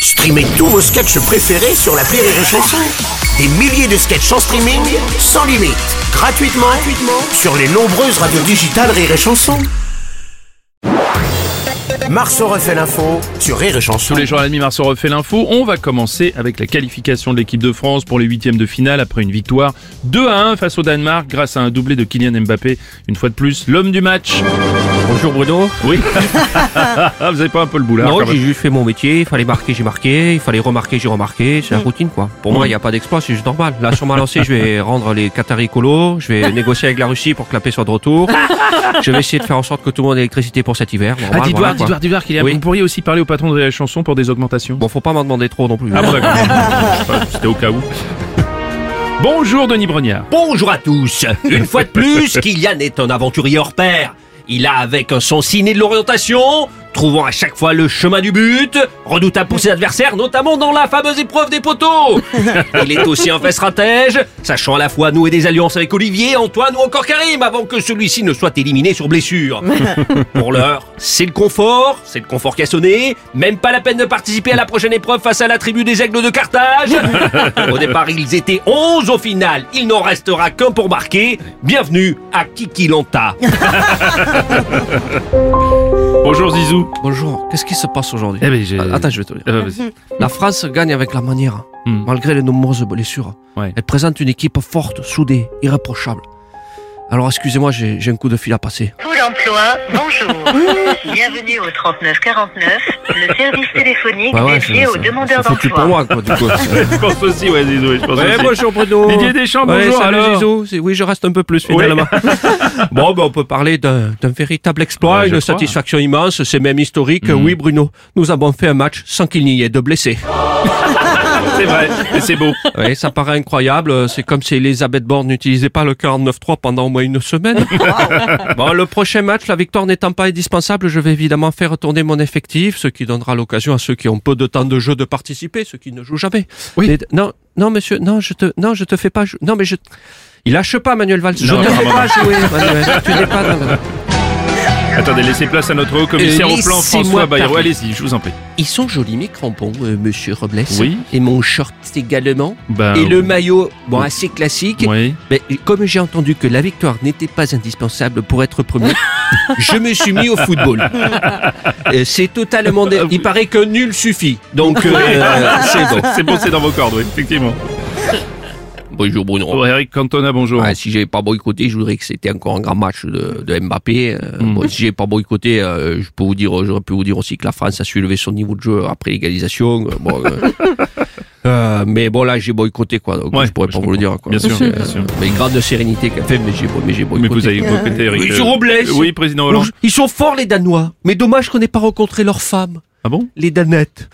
Streamez tous vos sketchs préférés sur l'appli Rire et Chanson. Des milliers de sketchs en streaming, sans limite, gratuitement sur les nombreuses radios digitales Rire et Chanson. Marceau refait l'info sur Rire et Chanson. Tous les jours à la demi, Marceau refait l'info. On va commencer avec la qualification de l'équipe de France pour les huitièmes de finale après une victoire 2-1 face au Danemark grâce à un doublé de Kylian Mbappé. Une fois de plus, l'homme du match. Bonjour Bruno. Oui. Vous avez pas un peu le boulard? Non, j'ai juste fait mon métier. Il fallait marquer, j'ai marqué. Il fallait remarquer, j'ai remarqué. C'est la routine, quoi. Pour moi, il n'y a pas d'exploit, c'est juste normal. Là, sur ma lancée, je vais rendre les Qataris écolos. Je vais négocier avec la Russie pour que la paix soit de retour. Je vais essayer de faire en sorte que tout le monde ait l'électricité pour cet hiver. Normal, D'Ivoire, Kylian. Oui. Vous pourriez aussi parler au patron de Rire et Chanson pour des augmentations. Bon, faut pas m'en demander trop non plus. Ah bon, d'accord. C'était au cas où. Bonjour Denis Brognard. Bonjour à tous. Une fois de plus, Kylian est un aventurier hors pair. Il a avec son ciné de l'orientation, trouvant à chaque fois le chemin du but, redoutable pour ses adversaires, notamment dans la fameuse épreuve des poteaux. Il est aussi un vrai stratège, sachant à la fois nouer des alliances avec Olivier, Antoine ou encore Karim, avant que celui-ci ne soit éliminé sur blessure. Pour l'heure, c'est le confort qui a sonné, même pas la peine de participer à la prochaine épreuve face à la tribu des aigles de Carthage. Au départ, ils étaient 11, au final, il n'en restera qu'un pour marquer. Bienvenue à Kikilanta. Bonjour Zizou. Bonjour. Qu'est-ce qui se passe aujourd'hui? Eh ben, j'ai... Attends, je vais te dire. Vas-y. La France gagne avec la manière, malgré les nombreuses blessures. Ouais. Elle présente une équipe forte, soudée, irréprochable. Alors, excusez-moi, j'ai un coup de fil à passer. Pôle emploi, bonjour. Bienvenue au 3949, le service téléphonique dédié aux demandeurs c'est foutu pour d'emploi. moi, quoi, du coup. Je pense aussi, ouais, Zizou. Je pense aussi. Bonjour Bruno. Didier Deschamps, Ouais, bonjour. salut, Alors Zizou. Oui, je reste un peu plus finalement. Bon, on peut parler d'un véritable exploit, Ouais, je une crois. satisfaction immense, c'est même historique. Oui, Bruno, nous avons fait un match sans qu'il n'y ait de blessés. C'est vrai, et c'est beau. Oui, ça paraît incroyable. C'est comme si Elisabeth Borne n'utilisait pas le 49.3 pendant au moins une semaine. Bon, le prochain match, la victoire n'étant pas indispensable, je vais évidemment faire tourner mon effectif, ce qui donnera l'occasion à ceux qui ont peu de temps de jeu de participer, ceux qui ne jouent jamais. Oui. Non, monsieur, je te fais pas jouer. Non, mais il lâche pas, Manuel Valls. Je Non, ne te non, fais non, pas jouer, Manuel. Tu n'es pas... non. Attendez, laissez place à notre haut commissaire au plan, Laissez-moi François Bayrou. parler. Allez-y, je vous en prie. Ils sont jolis mes crampons, monsieur Robles. Oui. Et mon short également. Ben, Et le maillot, bon, assez classique. Oui. Mais comme j'ai entendu que la victoire n'était pas indispensable pour être premier, je me suis mis au football. C'est totalement... Il paraît que nul suffit. Donc, c'est bon. C'est bon, c'est dans vos cordes, oui, effectivement. Bonjour Bruno. Oh, Eric Cantona, bonjour. Ouais, si j'avais pas boycotté, je voudrais que c'était encore un grand match de Mbappé. Bon, si j'avais pas boycotté, j'aurais pu vous dire aussi que la France a su lever son niveau de jeu après l'égalisation. Mais bon, là, j'ai boycotté, quoi. Donc, Ouais, je pourrais pas vous le dire, quoi. Bien sûr, bien sûr. Mais grande sérénité qu'elle fait, mais j'ai boycotté. Mais vous avez boycotté, Eric. Monsieur Robles. Oui, président Hollande. Ils sont forts, les Danois. Mais dommage qu'on n'ait pas rencontré leurs femmes. Ah bon? Les Danettes.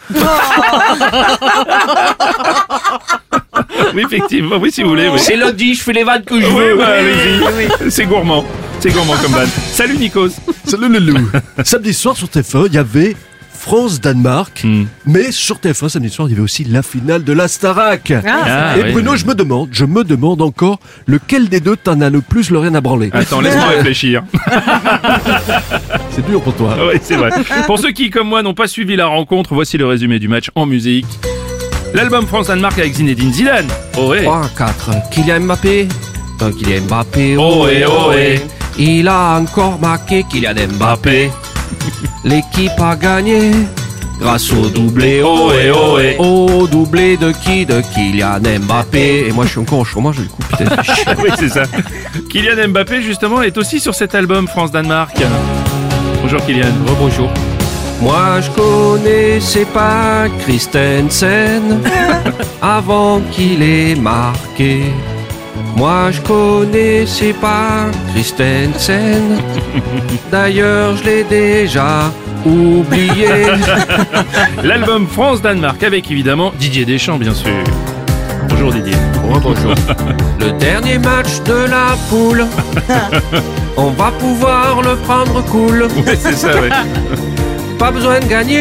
Oui, effectivement, oui, si vous voulez. Oui. C'est lundi, je fais les vannes que je Oui, veux. bah, allez-y. C'est gourmand. C'est gourmand comme vanne. Salut, Nikos. Salut le loup. Samedi soir sur TF1, il y avait France-Danemark, mais sur TF1 samedi soir, il y avait aussi la finale de la Starac. Ah, Et oui. Bruno, je me demande encore lequel des deux t'en a le plus le rien à branler. Attends, laisse-moi réfléchir. C'est dur pour toi. Oui, c'est vrai. Pour ceux qui, comme moi, n'ont pas suivi la rencontre, voici le résumé du match en musique. L'album France-Danemark avec Zinedine Zidane. Oh, ouais. 3-4, Kylian Mbappé. Kylian Mbappé, Ohé, ohé. Il a encore marqué Kylian Mbappé. L'équipe a gagné grâce au doublé. Ohé, ohé. Au doublé de qui? De Kylian Mbappé. Et moi je suis encore au chômage du coup, putain. Oui, c'est ça. Kylian Mbappé, justement, est aussi sur cet album France-Danemark. Bonjour, Kylian. Bonjour. Moi je connaissais pas Christensen avant qu'il ait marqué. Moi je connaissais pas Christensen. D'ailleurs je l'ai déjà oublié. L'album France-Danemark avec, évidemment, Didier Deschamps, bien sûr. Bonjour, Didier. Bonjour. Le dernier match de la poule. On va pouvoir le prendre cool. Oui, c'est ça, ouais. Pas besoin de gagner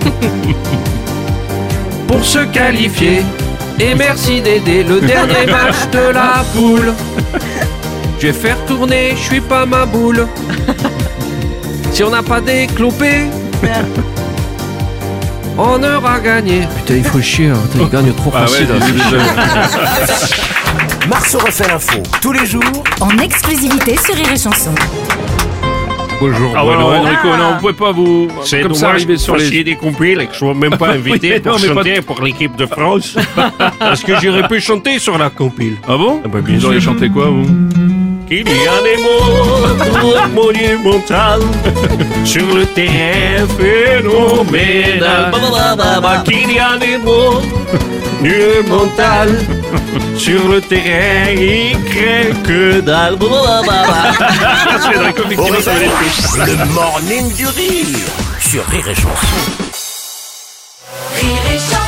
pour se qualifier. Et merci d'aider le dernier match de la poule. Je vais faire tourner, je suis pas ma boule. Si on n'a pas déclopé, On aura gagné. Putain, il faut chier, hein. Il gagne trop facile. Marceau refait l'info tous les jours En exclusivité sur Rire et Chanson. Bonjour, Ah ouais, non, Enrico, non, vous pouvez pas vous c'est comme ça dommage arriver que sur vous les... fassiez des compiles et que je sois même pas invité Oui, pour non, mais pas chanter pour l'équipe de France. Parce que j'aurais pu chanter sur la compile. Ah bon? bah, bien Vous auriez sûr. chanté quoi, vous? Il y a des mots monumentaux sur le terrain phénoménal. Qu'il y a des mots monumentaux sur le terrain, il crée que dalle. C'est Enrico, effectivement, ça va être plus. le morning du rire sur Rire et Chanson. Rire et Chanson.